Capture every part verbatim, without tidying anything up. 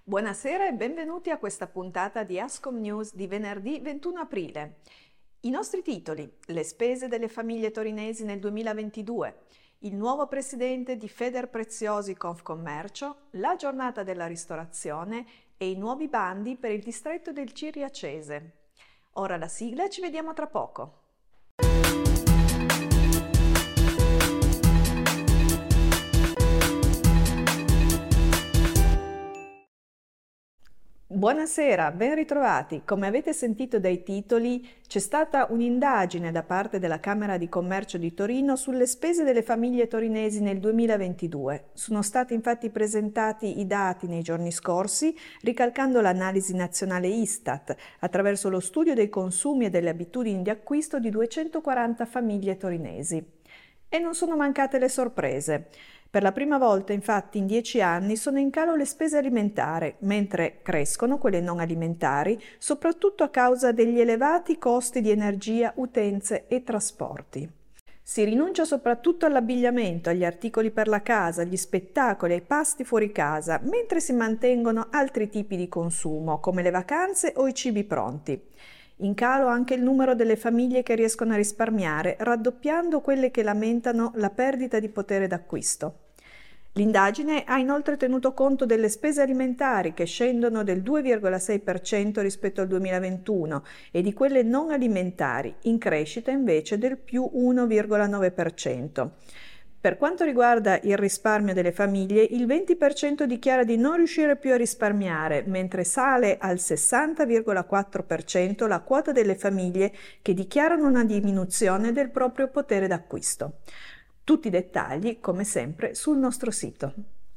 Buonasera e benvenuti a questa puntata di Ascom News di venerdì ventuno aprile. I nostri titoli: le spese delle famiglie torinesi nel duemilaventidue, il nuovo presidente di Federpreziosi Confcommercio, la giornata della ristorazione e i nuovi bandi per il distretto del Ciriacese. Ora la sigla, ci vediamo tra poco. Buonasera, ben ritrovati. Come avete sentito dai titoli, c'è stata un'indagine da parte della Camera di Commercio di Torino sulle spese delle famiglie torinesi nel duemilaventidue. Sono stati infatti presentati i dati nei giorni scorsi, ricalcando l'analisi nazionale Istat, attraverso lo studio dei consumi e delle abitudini di acquisto di duecentoquaranta famiglie torinesi. E non sono mancate le sorprese. Per la prima volta, infatti, in dieci anni sono in calo le spese alimentari, mentre crescono quelle non alimentari, soprattutto a causa degli elevati costi di energia, utenze e trasporti. Si rinuncia soprattutto all'abbigliamento, agli articoli per la casa, agli spettacoli, ai pasti fuori casa, mentre si mantengono altri tipi di consumo, come le vacanze o i cibi pronti. In calo anche il numero delle famiglie che riescono a risparmiare, raddoppiando quelle che lamentano la perdita di potere d'acquisto. L'indagine ha inoltre tenuto conto delle spese alimentari che scendono del due virgola sei per cento rispetto al duemilaventuno e di quelle non alimentari, in crescita invece del più uno virgola nove per cento. Per quanto riguarda il risparmio delle famiglie, il venti per cento dichiara di non riuscire più a risparmiare, mentre sale al sessanta virgola quattro per cento la quota delle famiglie che dichiarano una diminuzione del proprio potere d'acquisto. Tutti i dettagli, come sempre, sul nostro sito.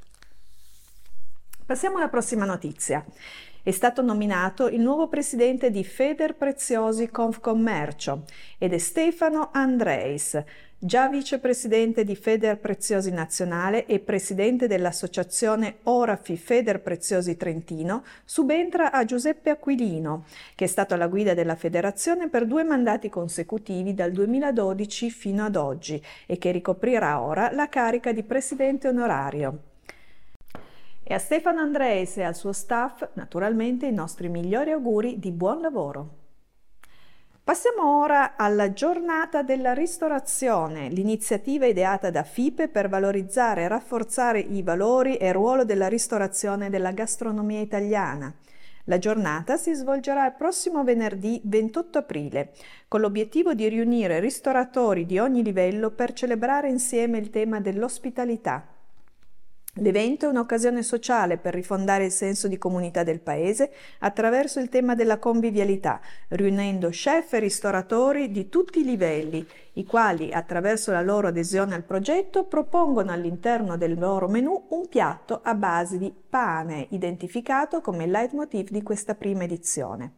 Passiamo alla prossima notizia. È stato nominato il nuovo presidente di Federpreziosi Confcommercio ed è Stefano Andreis, già vicepresidente di Federpreziosi Nazionale e presidente dell'associazione Orafi Federpreziosi Trentino, subentra a Giuseppe Aquilino, che è stato alla guida della federazione per due mandati consecutivi dal duemiladodici fino ad oggi e che ricoprirà ora la carica di presidente onorario. E a Stefano Andreis e al suo staff, naturalmente, i nostri migliori auguri di buon lavoro. Passiamo ora alla giornata della ristorazione, l'iniziativa ideata da FIPE per valorizzare e rafforzare i valori e il ruolo della ristorazione e della gastronomia italiana. La giornata si svolgerà il prossimo venerdì ventotto aprile, con l'obiettivo di riunire ristoratori di ogni livello per celebrare insieme il tema dell'ospitalità. L'evento è un'occasione sociale per rifondare il senso di comunità del paese attraverso il tema della convivialità, riunendo chef e ristoratori di tutti i livelli, i quali, attraverso la loro adesione al progetto, propongono all'interno del loro menù un piatto a base di pane, identificato come leitmotiv di questa prima edizione.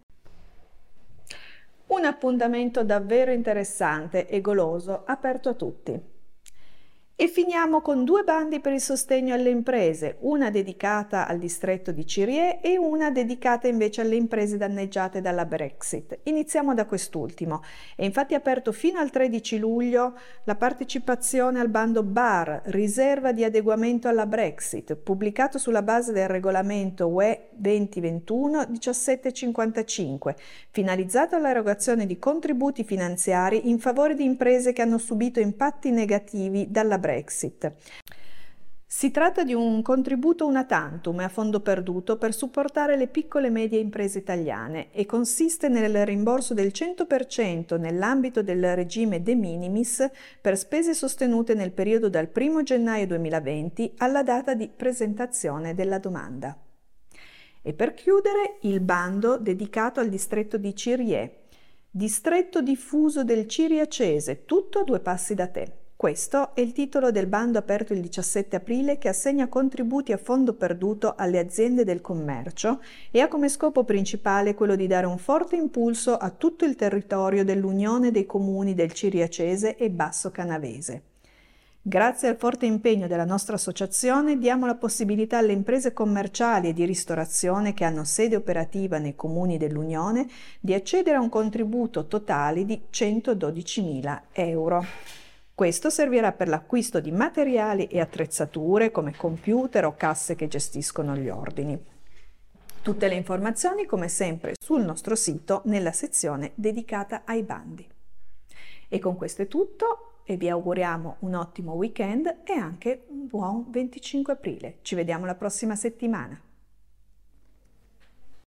Un appuntamento davvero interessante e goloso, aperto a tutti. E finiamo con due bandi per il sostegno alle imprese, una dedicata al distretto di Cirie e una dedicata invece alle imprese danneggiate dalla Brexit. Iniziamo da quest'ultimo. È infatti aperto fino al tredici luglio la partecipazione al bando B A R, riserva di adeguamento alla Brexit, pubblicato sulla base del regolamento U E duemilaventuno diciassettecentocinquantacinque, finalizzato all'erogazione di contributi finanziari in favore di imprese che hanno subito impatti negativi dalla Brexit. Si tratta di un contributo una tantum e a fondo perduto per supportare le piccole e medie imprese italiane e consiste nel rimborso del cento per cento nell'ambito del regime de minimis per spese sostenute nel periodo dal primo gennaio duemilaventi alla data di presentazione della domanda. E per chiudere, il bando dedicato al distretto di Cirie, distretto diffuso del Ciriacese, tutto a due passi da te. Questo è il titolo del bando aperto il diciassette aprile che assegna contributi a fondo perduto alle aziende del commercio e ha come scopo principale quello di dare un forte impulso a tutto il territorio dell'Unione dei Comuni del Ciriacese e Basso Canavese. Grazie al forte impegno della nostra associazione diamo la possibilità alle imprese commerciali e di ristorazione che hanno sede operativa nei comuni dell'Unione di accedere a un contributo totale di centododicimila euro. Questo servirà per l'acquisto di materiali e attrezzature come computer o casse che gestiscono gli ordini. Tutte le informazioni come sempre sul nostro sito nella sezione dedicata ai bandi. E con questo è tutto e vi auguriamo un ottimo weekend e anche un buon venticinque aprile. Ci vediamo la prossima settimana.